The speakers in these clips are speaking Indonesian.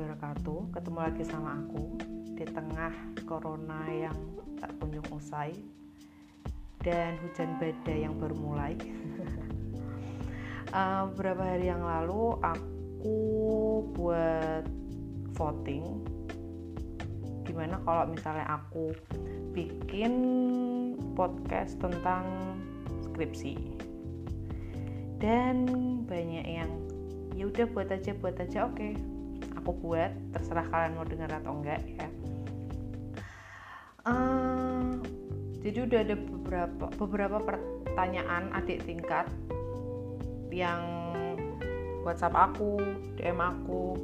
wabarakatuh. Ketemu lagi sama aku di tengah corona yang tak kunjung usai dan hujan badai yang baru mulai. Beberapa hari yang lalu aku buat voting gimana kalau misalnya aku bikin podcast tentang skripsi. Dan banyak yang ya udah buat aja oke, aku buat, terserah kalian mau dengar atau enggak ya. Jadi udah ada beberapa pertanyaan adik tingkat yang WhatsApp aku, DM aku,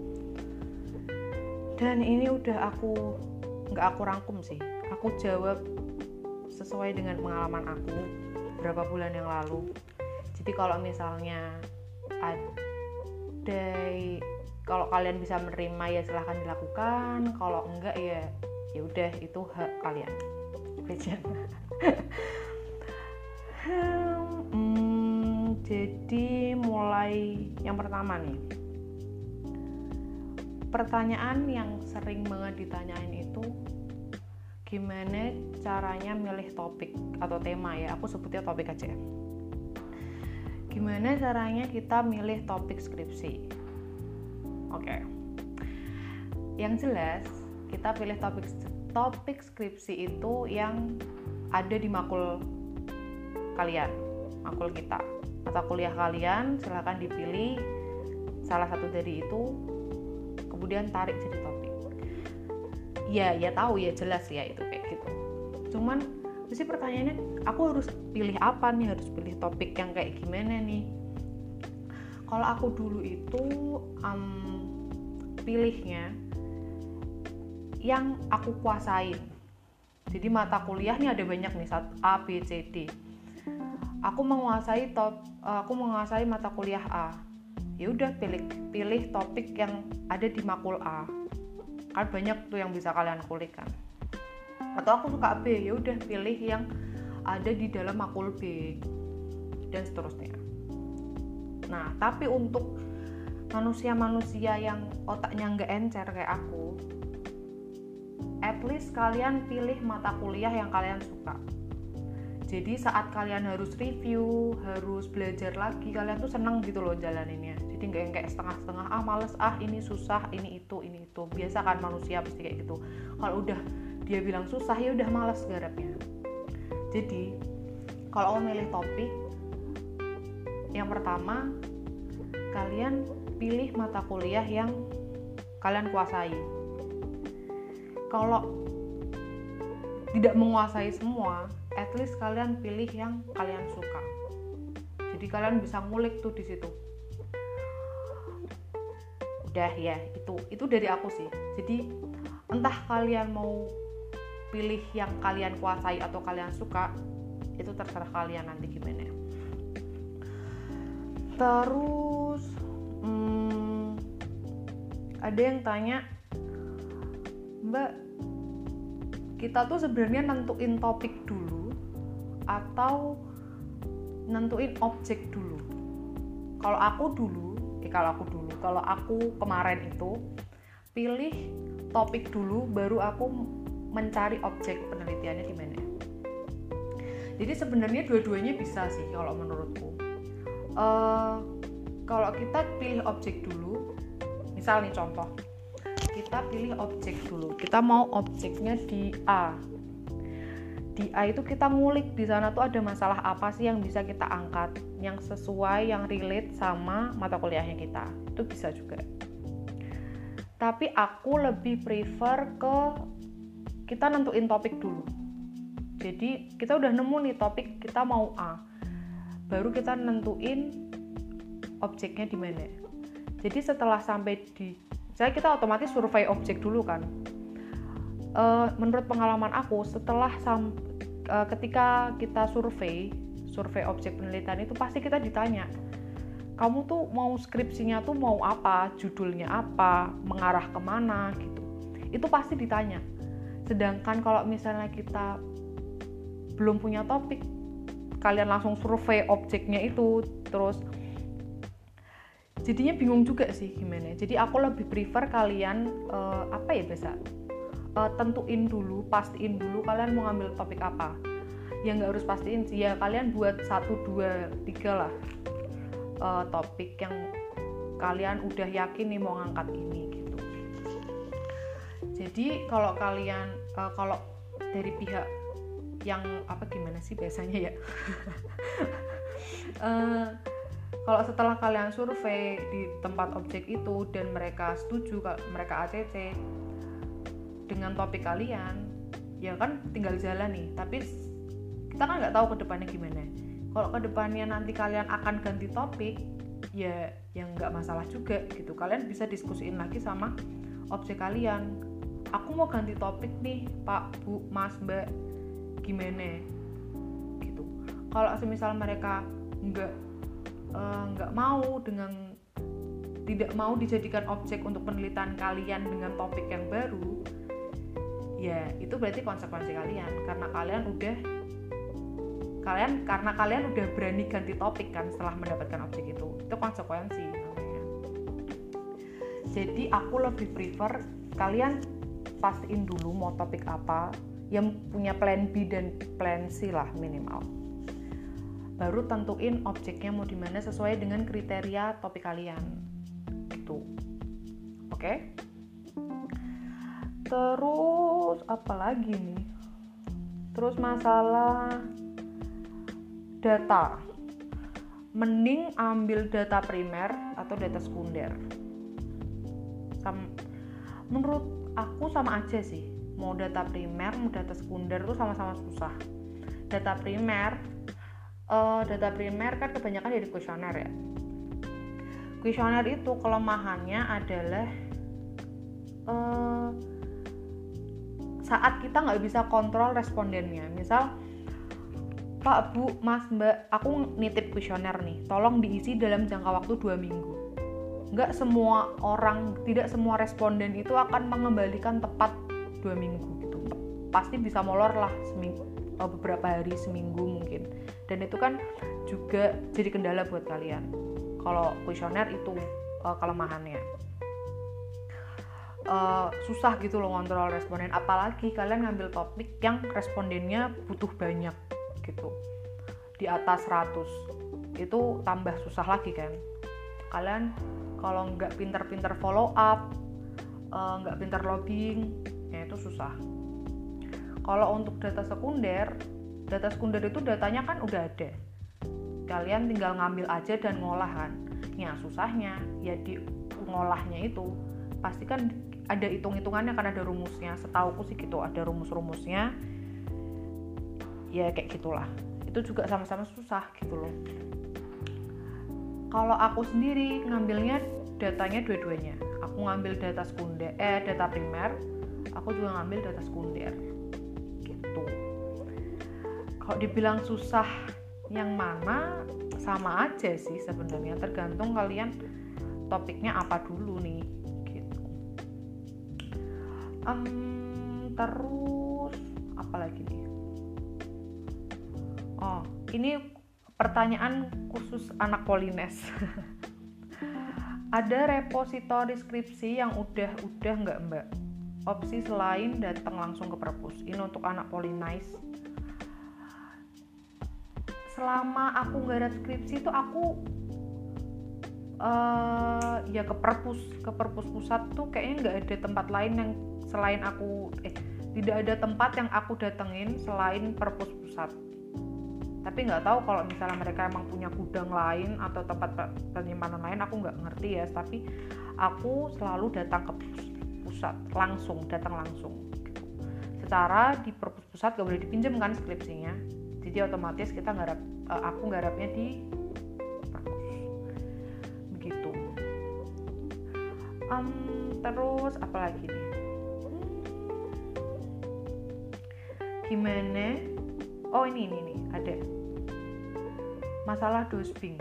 dan ini udah nggak aku rangkum sih, aku jawab sesuai dengan pengalaman aku beberapa bulan yang lalu. Jadi kalau misalnya kalau kalian bisa menerima ya silahkan dilakukan, kalau enggak ya udah, itu hak kalian. Jadi mulai yang pertama nih, pertanyaan yang sering banget ditanyain itu gimana caranya milih topik atau tema ya, aku sebutnya topik aja ya. Gimana caranya kita milih topik skripsi? Oke. Yang jelas, kita pilih topik skripsi itu yang ada di makul kalian, makul kita. Mata kuliah kalian silakan dipilih salah satu dari itu, kemudian tarik jadi topik. Ya tahu ya, jelas ya itu kayak gitu. Cuman pasti pertanyaannya, aku harus pilih apa nih? Harus pilih topik yang kayak gimana nih? Kalau aku dulu itu pilihnya yang aku kuasain. Jadi mata kuliah nih ada banyak nih, A, B, C, D. Aku menguasai mata kuliah A. Ya udah, pilih topik yang ada di makul A. Kan banyak tuh yang bisa kalian kulik kan. Atau aku suka B, ya udah pilih yang ada di dalam makul B, dan seterusnya. Nah, tapi untuk manusia-manusia yang otaknya nggak encer kayak aku, at least kalian pilih mata kuliah yang kalian suka. Jadi saat kalian harus review, harus belajar lagi, kalian tuh seneng gitu loh jalaninnya. Jadi nggak yang kayak setengah-setengah, males, ini susah, ini itu. Biasa kan manusia pasti kayak gitu. Kalau udah dia bilang susah, ya udah malas garapnya. Jadi kalau mau milih topik, yang pertama kalian pilih mata kuliah yang kalian kuasai. Kalau tidak menguasai semua, at least kalian pilih yang kalian suka. Jadi kalian bisa ngulik tuh di situ. Udah ya, itu dari aku sih. Jadi entah kalian mau pilih yang kalian kuasai atau kalian suka, itu terserah kalian nanti gimana. Terus ada yang tanya, Mbak, kita tuh sebenarnya nentuin topik dulu atau nentuin objek dulu? Kalau aku kemarin itu pilih topik dulu, baru aku mencari objek penelitiannya di mana. Jadi sebenarnya dua-duanya bisa sih kalau menurutku. Kalau kita pilih objek dulu, misal nih contoh, kita pilih objek dulu, kita mau objeknya di A. Di A itu kita ngulik, di sana tuh ada masalah apa sih yang bisa kita angkat, yang sesuai, yang relate sama mata kuliahnya kita. Itu bisa juga. Tapi aku lebih prefer ke kita nentuin topik dulu. Jadi kita udah nemu nih topik, kita mau A, baru kita nentuin objeknya di mana. Jadi setelah sampai kita otomatis survei objek dulu kan. Menurut pengalaman aku, ketika kita survei objek penelitian itu pasti kita ditanya, kamu tuh mau skripsinya tuh mau apa, judulnya apa, mengarah kemana gitu. Itu pasti ditanya. Sedangkan kalau misalnya kita belum punya topik, kalian langsung survei objeknya itu, terus jadinya bingung juga sih gimana. Jadi aku lebih prefer kalian tentuin dulu, pastiin dulu kalian mau ngambil topik apa. Ya nggak harus pastiin sih, ya kalian buat 1, 2, 3 lah topik yang kalian udah yakin nih mau ngangkat ini gitu. Jadi kalau kalian kalau dari pihak yang gimana sih biasanya ya kalau setelah kalian survei di tempat objek itu dan mereka setuju, mereka ACC dengan topik kalian, ya kan tinggal jalan nih. Tapi kita kan nggak tahu ke depannya gimana. Kalau ke depannya nanti kalian akan ganti topik, ya yang nggak masalah juga gitu. Kalian bisa diskusiin lagi sama objek kalian. Aku mau ganti topik nih, Pak, Bu, Mas, Mbak, gimana? Gitu. Kalau semisal mereka nggak mau tidak mau dijadikan objek untuk penelitian kalian dengan topik yang baru, ya itu berarti konsekuensi kalian karena kalian udah berani ganti topik kan setelah mendapatkan objek itu konsekuensi namanya. Jadi aku lebih prefer kalian pastiin dulu mau topik apa, yang punya plan B dan plan C lah minimal, baru tentuin objeknya mau di mana sesuai dengan kriteria topik kalian itu. Oke? Terus apa lagi nih? Terus masalah data. Mending ambil data primer atau data sekunder. Menurut aku sama aja sih. Mau data primer, mau data sekunder itu sama-sama susah. Data primer kan kebanyakan dari kuesioner ya. Kuesioner itu kelemahannya adalah saat kita nggak bisa kontrol respondennya. Misal, Pak, Bu, Mas, Mbak, aku nitip kuesioner nih, tolong diisi dalam jangka waktu 2 minggu. Tidak semua responden itu akan mengembalikan tepat 2 minggu gitu. Pasti bisa molor lah seminggu, beberapa hari, seminggu mungkin. Dan itu kan juga jadi kendala buat kalian. Kalau kuesioner itu kelemahannya. Susah gitu loh ngontrol responden, apalagi kalian ngambil topik yang respondennya butuh banyak gitu, di atas 100, itu tambah susah lagi kan. Kalian kalau nggak pinter-pinter follow up, nggak pinter lobbying, ya itu susah. Kalau untuk data sekunder itu datanya kan udah ada, kalian tinggal ngambil aja dan ngolah kan. Ya susahnya ya di ngolahnya itu pasti kan ada hitung-hitungannya, kan ada rumusnya. Setauku sih gitu, ada rumus-rumusnya. Ya kayak gitulah. Itu juga sama-sama susah gitu loh. Kalau aku sendiri ngambilnya datanya dua-duanya. Aku ngambil data primer, aku juga ngambil data sekunder. Gitu. Kalau dibilang susah yang mana, sama aja sih sebenarnya. Tergantung kalian topiknya apa dulu nih. Terus apa lagi nih? Oh, ini pertanyaan khusus anak Polines. Ada repositori skripsi yang udah nggak Mbak? Opsi selain datang langsung ke perpus. Ini untuk anak Polines. Selama aku nggarap skripsi itu aku ya ke perpus pusat tuh kayaknya nggak ada tempat lain yang selain tidak ada tempat yang aku datengin selain perpus pusat. Tapi nggak tahu kalau misalnya mereka emang punya gudang lain atau tempat penyimpanan lain, aku nggak ngerti ya. Tapi aku selalu datang ke pusat datang langsung gitu. Secara di perpus pusat nggak boleh dipinjam kan skripsinya, jadi otomatis aku nggarapnya di perpus begitu. Terus apa lagi nih? Gimana? Oh ini ada masalah dosbing,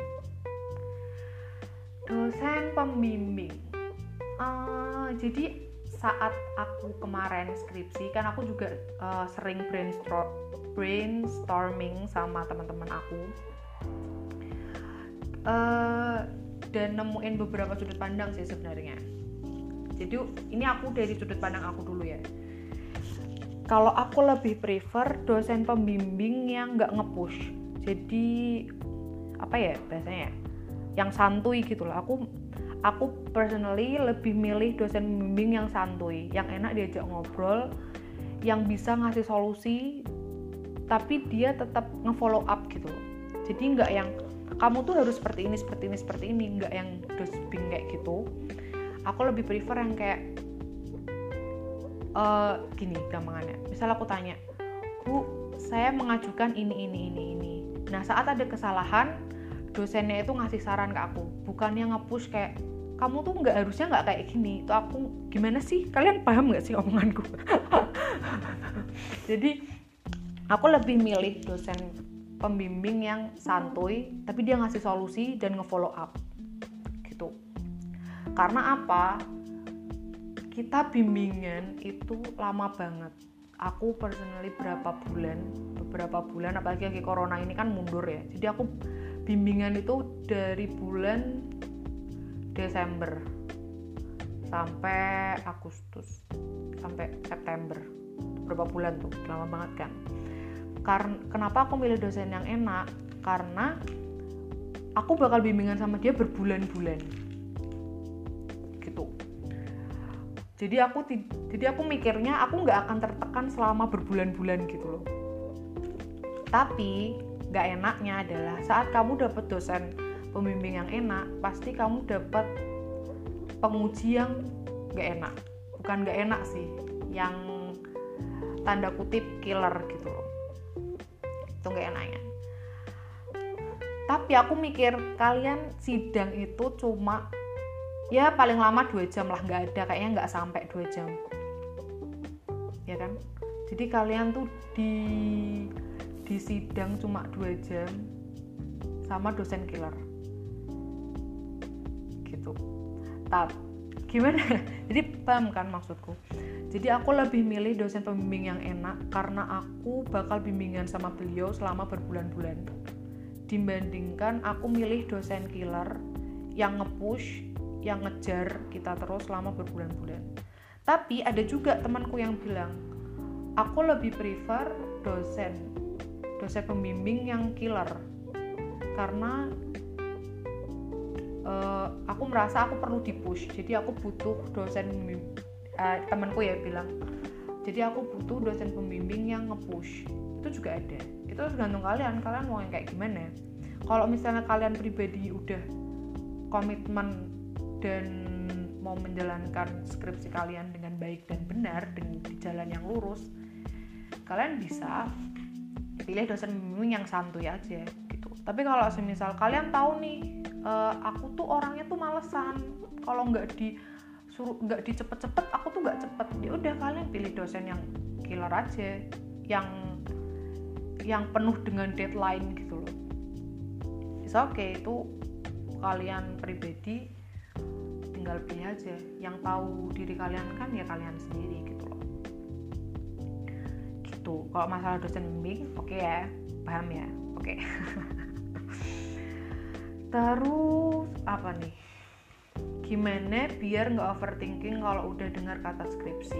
dosen pembimbing. Jadi saat aku kemarin skripsi kan aku juga sering brainstorming sama teman-teman aku. dan nemuin beberapa sudut pandang sih sebenarnya. Jadi ini aku dari sudut pandang aku dulu ya. Kalau aku lebih prefer dosen pembimbing yang nggak nge-push. Jadi apa ya bahasanya? Yang santuy gitu loh. Aku personally lebih milih dosen pembimbing yang santuy, yang enak diajak ngobrol, yang bisa ngasih solusi, tapi dia tetap nge-follow up gitu loh. Jadi nggak yang kamu tuh harus seperti ini, nggak yang dosbing kayak gitu. Aku lebih prefer yang kayak gini gampangannya. Misal aku tanya, Bu, saya mengajukan ini. Nah, saat ada kesalahan, dosennya itu ngasih saran ke aku, bukannya nge-push kayak kamu tuh harusnya nggak kayak gini. Itu aku gimana sih? Kalian paham nggak sih omonganku? Jadi aku lebih milih dosen pembimbing yang santuy, tapi dia ngasih solusi dan nge-follow up gitu. Karena apa? Kita bimbingan itu lama banget. Aku personally beberapa bulan, apalagi lagi corona ini kan mundur ya. Jadi aku bimbingan itu dari bulan Desember sampai Agustus, sampai September. Berapa bulan tuh, lama banget kan. Kenapa aku milih dosen yang enak? Karena aku bakal bimbingan sama dia berbulan-bulan gitu. Jadi aku mikirnya aku nggak akan tertekan selama berbulan-bulan gitu loh. Tapi nggak enaknya adalah saat kamu dapet dosen pembimbing yang enak, pasti kamu dapet penguji yang nggak enak. Bukan nggak enak sih, yang tanda kutip killer gitu loh. Itu nggak enaknya. Tapi aku mikir kalian sidang itu cuma ya paling lama 2 jam lah, kayaknya nggak sampai 2 jam ya kan. Jadi kalian tuh di sidang cuma 2 jam sama dosen killer gitu. Gimana? Jadi paham kan maksudku? Jadi aku lebih milih dosen pembimbing yang enak karena aku bakal bimbingan sama beliau selama berbulan-bulan, dibandingkan aku milih dosen killer yang nge-push, yang ngejar kita terus selama berbulan-bulan. Tapi ada juga temanku yang bilang, aku lebih prefer dosen pembimbing yang killer karena aku merasa aku perlu di-push. Jadi aku butuh dosen temanku ya bilang, jadi aku butuh dosen pembimbing yang nge-push. Itu juga ada. Itu tergantung kalian mau yang kayak gimana. Kalau misalnya kalian pribadi udah komitmen dan mau menjalankan skripsi kalian dengan baik dan benar dengan di jalan yang lurus, kalian bisa pilih dosen pembimbing yang santuy aja gitu. Tapi kalau semisal kalian tahu nih, aku tuh orangnya tuh malesan, kalau nggak dicepet-cepet aku tuh nggak cepet, ya udah kalian pilih dosen yang killer aja, yang penuh dengan deadline gitu loh. It's okay, itu kalian pribadi tinggal pilih aja. Yang tahu diri kalian kan ya kalian sendiri gitu loh. Gitu. Kalau masalah dosen bimbing, oke ya, paham ya, oke. Terus apa nih? Gimana biar nggak overthinking kalau udah dengar kata skripsi?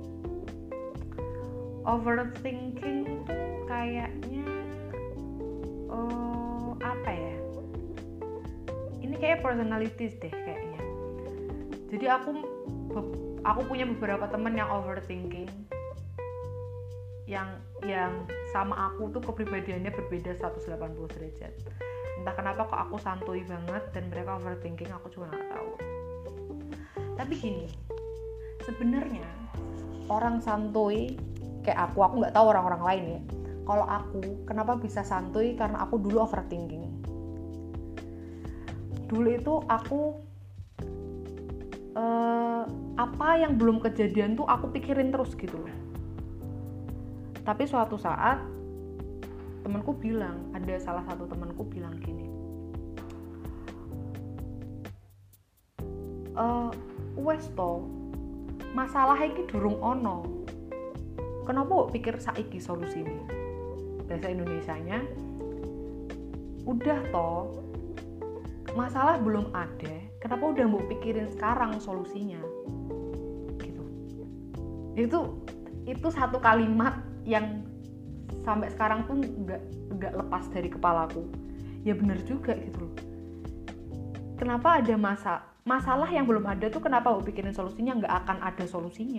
Overthinking tuh kayaknya apa ya? Ini kayak personalities deh kayaknya. Jadi aku punya beberapa teman yang overthinking, yang sama aku tuh kepribadiannya berbeda 180 derajat. Entah kenapa kok aku santuy banget dan mereka overthinking, aku juga nggak tahu. Tapi gini, sebenarnya orang santuy kayak aku nggak tahu orang-orang lain ya. Kalau aku kenapa bisa santuy, karena aku dulu overthinking. Dulu itu aku apa yang belum kejadian tuh aku pikirin terus gitu loh. Tapi suatu saat temanku bilang, ada salah satu temanku bilang gini, wes to, masalah iki durung ono, kenapa pikir saiki solusi ini? Bahasa Indonesianya, udah toh, masalah belum ada, kenapa udah mau pikirin sekarang solusinya gitu. Itu satu kalimat yang sampai sekarang pun nggak lepas dari kepalaku. Ya benar juga gitu loh. Kenapa ada masalah yang belum ada tuh, kenapa mau pikirin solusinya? Nggak akan ada solusinya.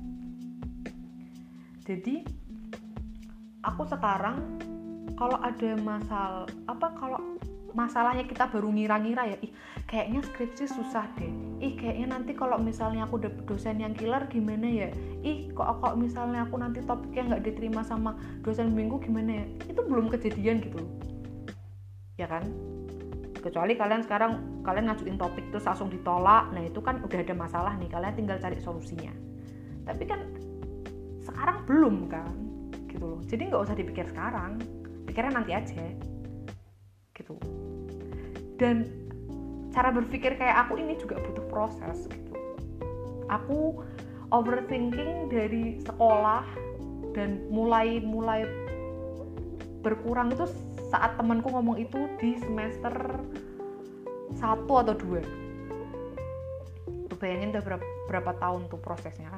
Jadi aku sekarang kalau ada kalau masalahnya kita baru ngira-ngira ya, kayaknya skripsi susah deh, kayaknya nanti kalau misalnya aku dapet dosen yang killer gimana ya, kok misalnya aku nanti topiknya nggak diterima sama dosen minggu gimana ya, itu belum kejadian gitu ya kan. Kecuali kalian ngajuin topik terus langsung ditolak, nah itu kan udah ada masalah nih, kalian tinggal cari solusinya. Tapi kan sekarang belum kan gitu loh, jadi nggak usah dipikir sekarang, pikirnya nanti aja gitu. Dan cara berpikir kayak aku ini juga butuh proses gitu. Aku overthinking dari sekolah dan mulai berkurang itu saat temanku ngomong itu di semester 1 atau 2. Tuh bayangin udah berapa tahun tuh prosesnya kan.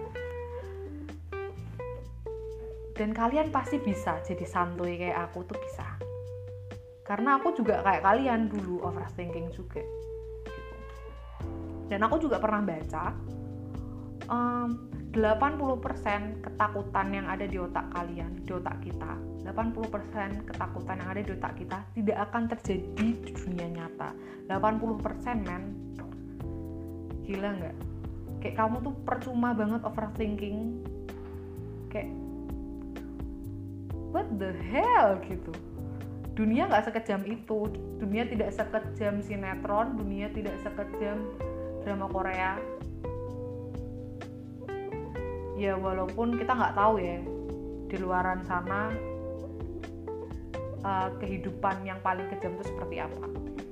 Dan kalian pasti bisa jadi santuy kayak aku tuh bisa. Karena aku juga kayak kalian dulu overthinking juga gitu. Dan aku juga pernah baca 80% ketakutan yang ada di otak kalian, di otak kita, 80% ketakutan yang ada di otak kita tidak akan terjadi di dunia nyata. 80% men. Gila gak? Kayak kamu tuh percuma banget overthinking. Kayak what the hell gitu. Dunia gak sekejam itu. Dunia tidak sekejam sinetron. Dunia tidak sekejam drama Korea. Ya walaupun kita gak tahu ya di luaran sana kehidupan yang paling kejam itu seperti apa.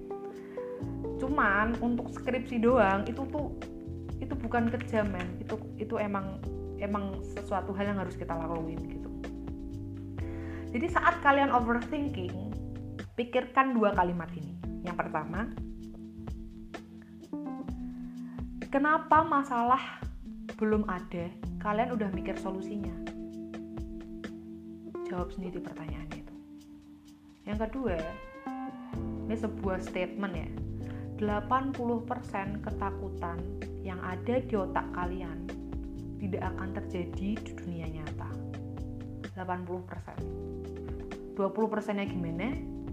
Cuman untuk skripsi doang itu bukan kejam men. Itu emang sesuatu hal yang harus kita lakuin gitu. Jadi saat kalian overthinking, pikirkan 2 kalimat ini. Yang pertama, kenapa masalah belum ada, kalian udah mikir solusinya? Jawab sendiri pertanyaan itu. Yang kedua, ini sebuah statement ya. 80% ketakutan yang ada di otak kalian tidak akan terjadi di dunia nyata. 80%. 20%-nya gimana?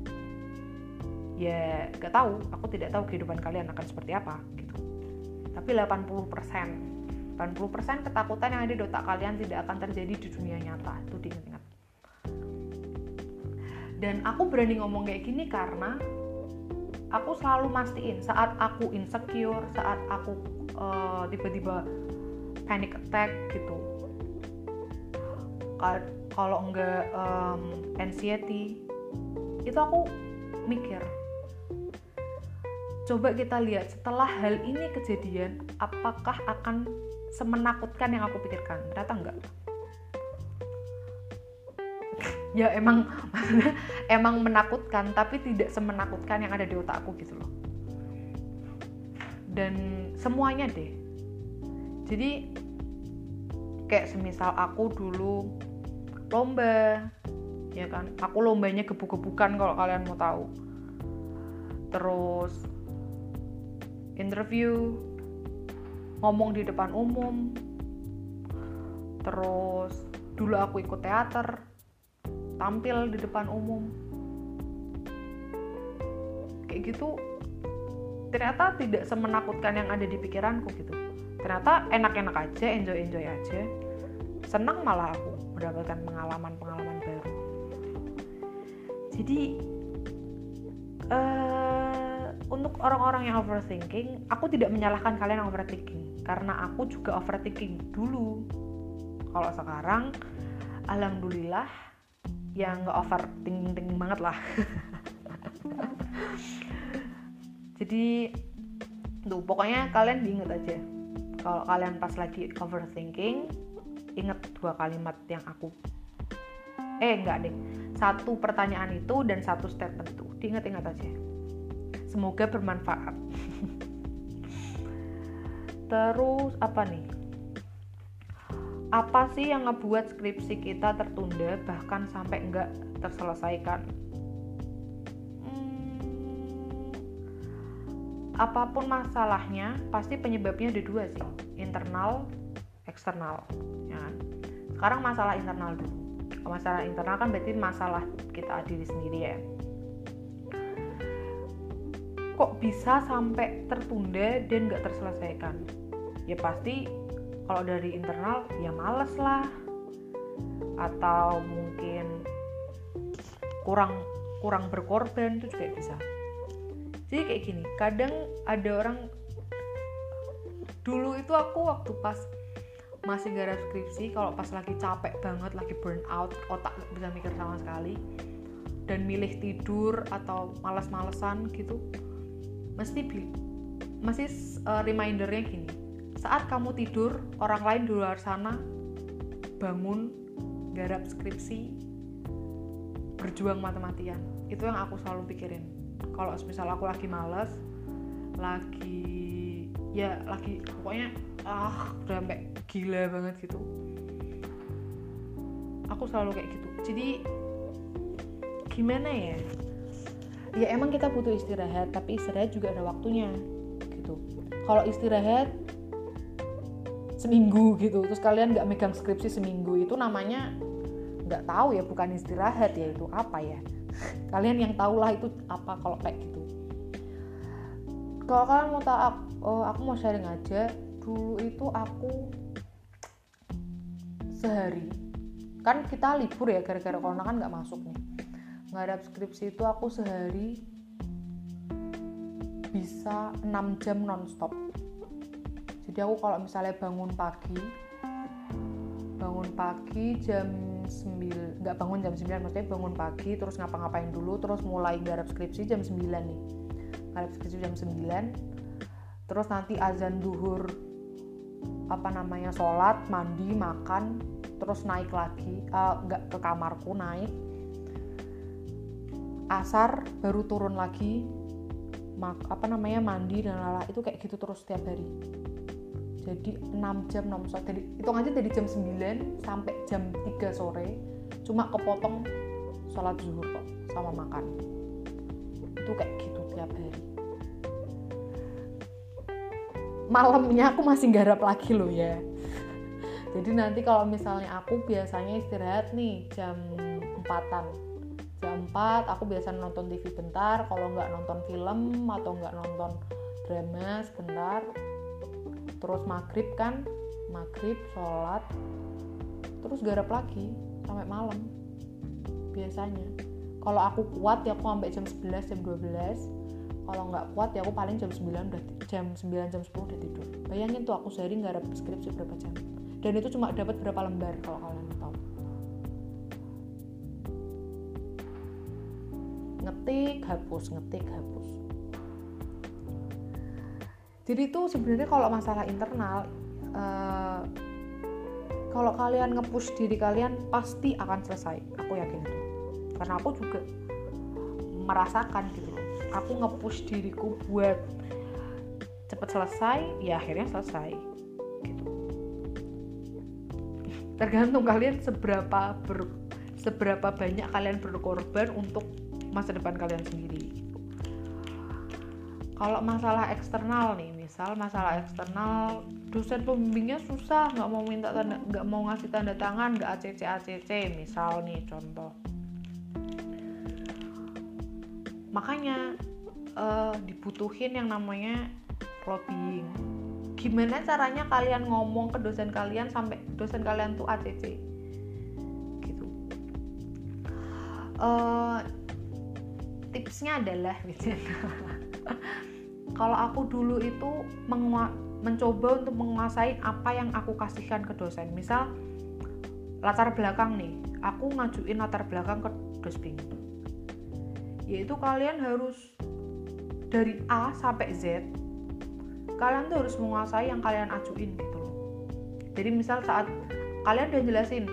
Ya gak tahu, aku tidak tahu kehidupan kalian akan seperti apa gitu. Tapi 80% ketakutan yang ada di otak kalian tidak akan terjadi di dunia nyata. Itu diingat-ingat. Dan aku berani ngomong kayak gini karena aku selalu mastiin saat aku insecure, saat aku tiba-tiba panic attack gitu, kalau enggak anxiety, itu aku mikir, coba kita lihat setelah hal ini kejadian, apakah akan semenakutkan yang aku pikirkan? Ternyata enggak. Ya emang menakutkan, tapi tidak semenakutkan yang ada di otakku gitu loh. Dan semuanya deh. Jadi kayak semisal aku dulu lomba, ya kan? Aku lombanya gebuk-gebukan kalau kalian mau tahu. Terus interview, ngomong di depan umum. Terus dulu aku ikut teater, tampil di depan umum. Kayak gitu. Ternyata tidak semenakutkan yang ada di pikiranku gitu. Ternyata enak-enak aja, enjoy aja. Senang malah aku mendapatkan pengalaman-pengalaman baru. Jadi untuk orang-orang yang overthinking, aku tidak menyalahkan kalian yang overthinking, karena aku juga overthinking dulu. Kalau sekarang alhamdulillah ya nggak overthinking banget lah. Jadi tuh pokoknya kalian diingat aja, kalau kalian pas lagi overthinking, ingat 2 kalimat yang aku enggak deh, 1 pertanyaan itu dan 1 statement itu diingat-ingat aja. Semoga bermanfaat. Terus apa nih? Apa sih yang ngebuat skripsi kita tertunda bahkan sampai nggak terselesaikan? Apapun masalahnya, pasti penyebabnya ada dua sih, internal, eksternal. Ya kan? Sekarang masalah internal dulu. Masalah internal kan berarti masalah kita diri sendiri ya. Kok bisa sampai tertunda dan nggak terselesaikan? Ya pasti kalau dari internal ya males lah, atau mungkin kurang berkorban, itu juga bisa. Jadi kayak gini, kadang ada orang, dulu itu aku waktu pas masih garap skripsi, kalau pas lagi capek banget, lagi burn out, otak gak bisa mikir sama sekali, dan milih tidur atau malas-malesan gitu, masih remindernya gini, saat kamu tidur, orang lain di luar sana bangun, garap skripsi, berjuang mati-matian. Itu yang aku selalu pikirin. Kalau misal aku lagi males, lagi pokoknya udah sampai gila banget gitu, aku selalu kayak gitu. Jadi gimana ya, ya emang kita butuh istirahat, tapi istirahat juga ada waktunya gitu. Kalau istirahat seminggu gitu, terus kalian nggak megang skripsi seminggu, itu namanya nggak tahu ya, bukan istirahat ya, itu apa ya? Kalian yang tahu lah itu apa kalau kayak gitu. Kalau kalian mau tahu, aku mau sharing aja. Dulu itu aku sehari, kan kita libur ya gara-gara corona kan nggak masuk nih, ngarap skripsi itu aku sehari bisa 6 jam nonstop. Jadi aku kalau misalnya bangun pagi jam 9, nggak bangun jam 9, maksudnya bangun pagi terus ngapa-ngapain dulu, terus mulai garap skripsi jam 9 nih, garap skripsi jam 9, terus nanti azan duhur, sholat, mandi, makan, terus naik lagi, nggak ke kamarku, naik asar baru turun lagi, mandi dan lala, itu kayak gitu terus setiap hari. Jadi 6 jam nonstop. Jadi hitung aja dari jam 9 sampai jam 3 sore, cuma kepotong sholat zuhur kok sama makan. Itu kayak gitu tiap hari. Malamnya aku masih garap lagi loh ya. Jadi nanti kalau misalnya aku biasanya istirahat nih jam 4-an. Jam 4 aku biasa nonton TV bentar, kalau nggak nonton film atau nggak nonton drama sebentar. Terus maghrib, sholat, terus garap lagi sampai malam biasanya. Kalau aku kuat ya aku sampai jam 11, jam 12. Kalau nggak kuat ya aku paling jam 9, jam 10 udah tidur. Bayangin tuh aku sehari garap skripsi berapa jam. Dan itu cuma dapat berapa lembar kalau kalian tahu. Ngetik, hapus. Jadi itu sebenarnya kalau masalah internal, kalau kalian nge-push diri kalian pasti akan selesai. Aku yakin itu. Karena aku juga merasakan gitu loh. Aku nge-push diriku buat cepet selesai, ya akhirnya selesai. Gitu. Tergantung kalian seberapa banyak kalian berkorban untuk masa depan kalian sendiri. Kalau masalah eksternal nih, misal masalah eksternal, dosen pembimbingnya susah, nggak mau ngasih tanda tangan, nggak ACC, misal nih contoh. Makanya dibutuhin yang namanya lobbying. Gimana caranya kalian ngomong ke dosen kalian sampai dosen kalian tuh ACC, gitu. Tipsnya adalah gitu. Kalau aku dulu itu mencoba untuk menguasai apa yang aku kasihkan ke dosen. Misal latar belakang nih, aku ngajuin latar belakang ke dosbing. Yaitu kalian harus dari A sampai Z, kalian tuh harus menguasai yang kalian ajuin gitu loh. Jadi misal saat kalian udah jelasin,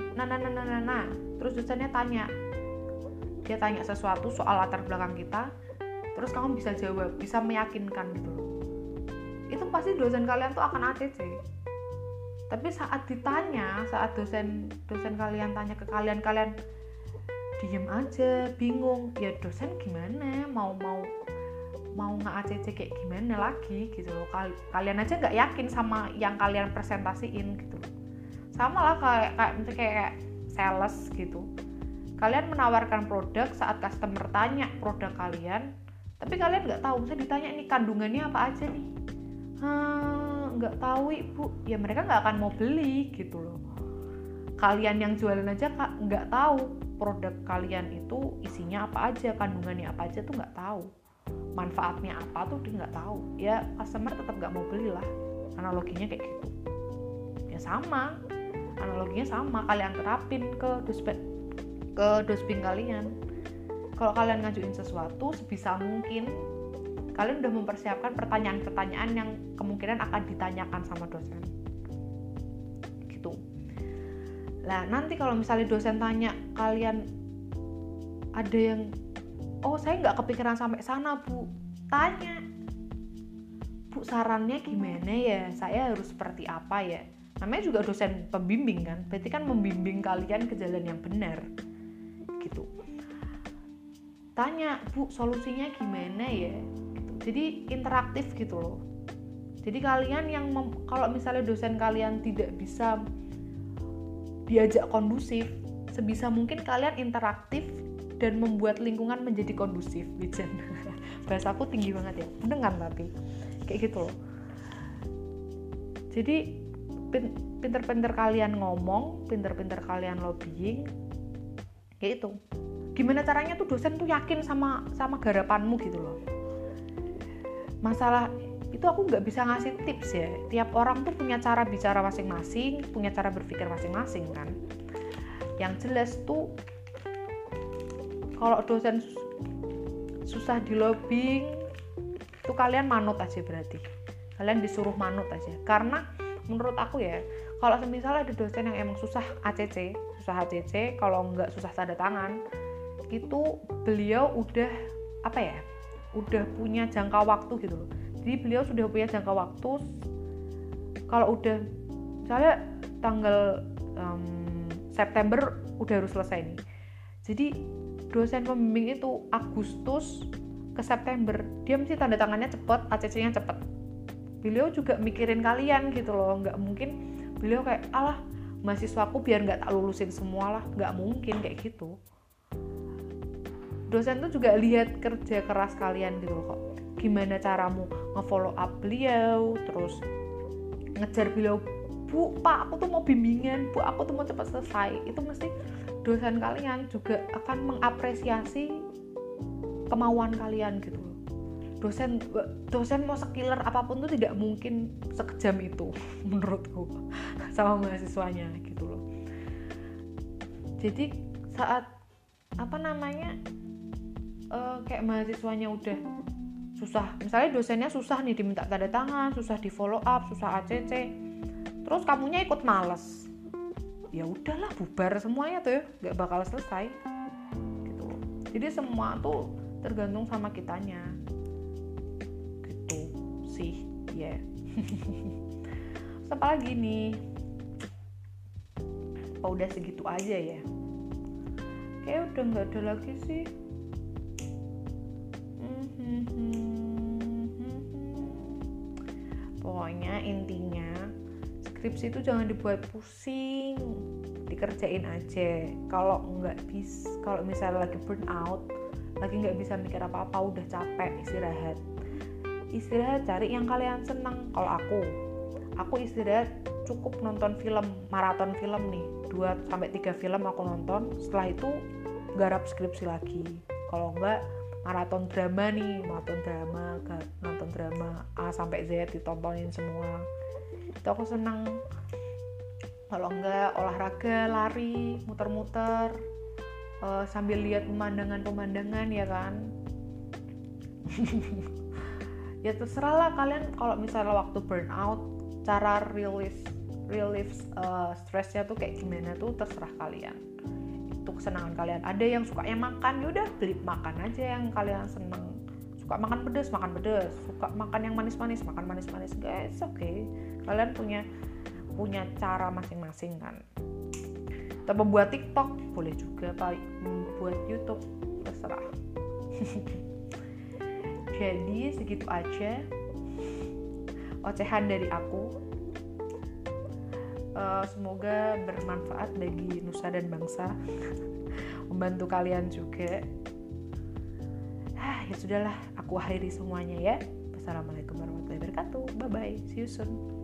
terus dosennya tanya sesuatu soal latar belakang kita, terus kamu bisa jawab, bisa meyakinkan gitu loh, itu pasti dosen kalian tuh akan ACC. Tapi saat dosen kalian tanya ke kalian diem aja, bingung, ya dosen gimana mau nge-ACC kayak gimana lagi gitu loh. Kalian aja nggak yakin sama yang kalian presentasiin gitu loh. Sama lah kayak sales gitu, kalian menawarkan produk, saat customer tanya produk kalian, tapi kalian nggak tahu, saya ditanya ini kandungannya apa aja nih, nggak tahu ibu, ya mereka nggak akan mau beli gitu loh. Kalian yang jualan aja nggak tahu produk kalian itu isinya apa aja, kandungannya apa aja tuh nggak tahu, manfaatnya apa tuh dia nggak tahu, ya customer tetap nggak mau beli lah. Analoginya kayak gitu ya, analoginya sama kalian terapin ke dospin kalian. Kalau kalian ngajuin sesuatu, sebisa mungkin kalian udah mempersiapkan pertanyaan-pertanyaan yang kemungkinan akan ditanyakan sama dosen gitu. Nah nanti kalau misalnya dosen tanya kalian, ada yang saya nggak kepikiran sampai sana bu, tanya, bu sarannya gimana ya, saya harus seperti apa ya. Namanya juga dosen pembimbing kan, berarti kan membimbing kalian ke jalan yang benar gitu. Tanya, bu solusinya gimana ya gitu. Jadi interaktif gitu loh. Jadi kalian yang kalau misalnya dosen kalian tidak bisa diajak kondusif, sebisa mungkin kalian interaktif dan membuat lingkungan menjadi kondusif. Wijen. Bahasa aku tinggi banget ya, bener kan, tapi kayak gitu loh. Jadi pinter-pinter kalian ngomong, pinter-pinter kalian lobbying, kayak itu. Gimana caranya tuh dosen tuh yakin sama garapanmu gitu loh. Masalah itu aku nggak bisa ngasih tips ya, tiap orang tuh punya cara bicara masing-masing, punya cara berpikir masing-masing kan. Yang jelas tuh kalau dosen susah di lobbying tuh kalian manut aja, berarti kalian disuruh manut aja. Karena menurut aku ya, kalau misalnya ada dosen yang emang susah ACC, kalau nggak susah tanda tangan, itu beliau udah punya jangka waktu gitu loh. Jadi beliau sudah punya jangka waktu, kalau udah misalnya tanggal September udah harus selesai nih. Jadi dosen pembimbing itu Agustus ke September dia mesti tanda tangannya cepet, ACC-nya cepet. Beliau juga mikirin kalian gitu loh, nggak mungkin beliau kayak alah mahasiswaku biar nggak tak lulusin semua lah, nggak mungkin kayak gitu. Dosen tuh juga lihat kerja keras kalian gitu loh, kok gimana caramu nge-follow up beliau, terus ngejar beliau, bu pak aku tuh mau bimbingan, bu aku tuh mau cepat selesai. Itu mesti dosen kalian juga akan mengapresiasi kemauan kalian gitu loh. Dosen mau sekiller apapun tuh tidak mungkin sekejam itu menurutku sama mahasiswanya gitu loh. Jadi saat kayak mahasiswanya udah susah, misalnya dosennya susah nih diminta tanda tangan, susah di follow up, susah ACC, terus kamunya ikut males, ya udahlah bubar semuanya tuh ya, nggak bakal selesai gitu loh. Jadi semua tuh tergantung sama kitanya gitu sih ya. Apa lagi nih, udah segitu aja ya, kayak udah nggak ada lagi sih. Pokoknya intinya skripsi itu jangan dibuat pusing, dikerjain aja. Kalau misalnya lagi burn out, lagi nggak bisa mikir apa-apa, udah capek, istirahat, cari yang kalian senang. Kalau aku istirahat cukup nonton film, maraton film nih, 2-3 film aku nonton, setelah itu garap skripsi lagi. Kalau enggak maraton drama nonton drama A sampai Z ditontonin semua, itu aku senang. Kalau enggak olahraga, lari, muter-muter, sambil lihat pemandangan ya kan. Ya terserah lah kalian, kalau misalnya waktu burnout cara relief stressnya tuh kayak gimana tuh terserah kalian, itu kesenangan kalian. Ada yang sukanya makan, yaudah beli makan aja yang kalian seneng suka makan pedas, suka makan yang manis-manis, makan manis-manis, guys, oke. Kalian punya cara masing-masing kan. Atau buat TikTok boleh juga, Pak, buat YouTube terserah. Jadi segitu aja ocehan dari aku. Semoga bermanfaat bagi nusa dan bangsa, membantu kalian juga. Ya sudahlah, aku akhiri semuanya ya. Wassalamualaikum warahmatullahi wabarakatuh. Bye bye, see you soon.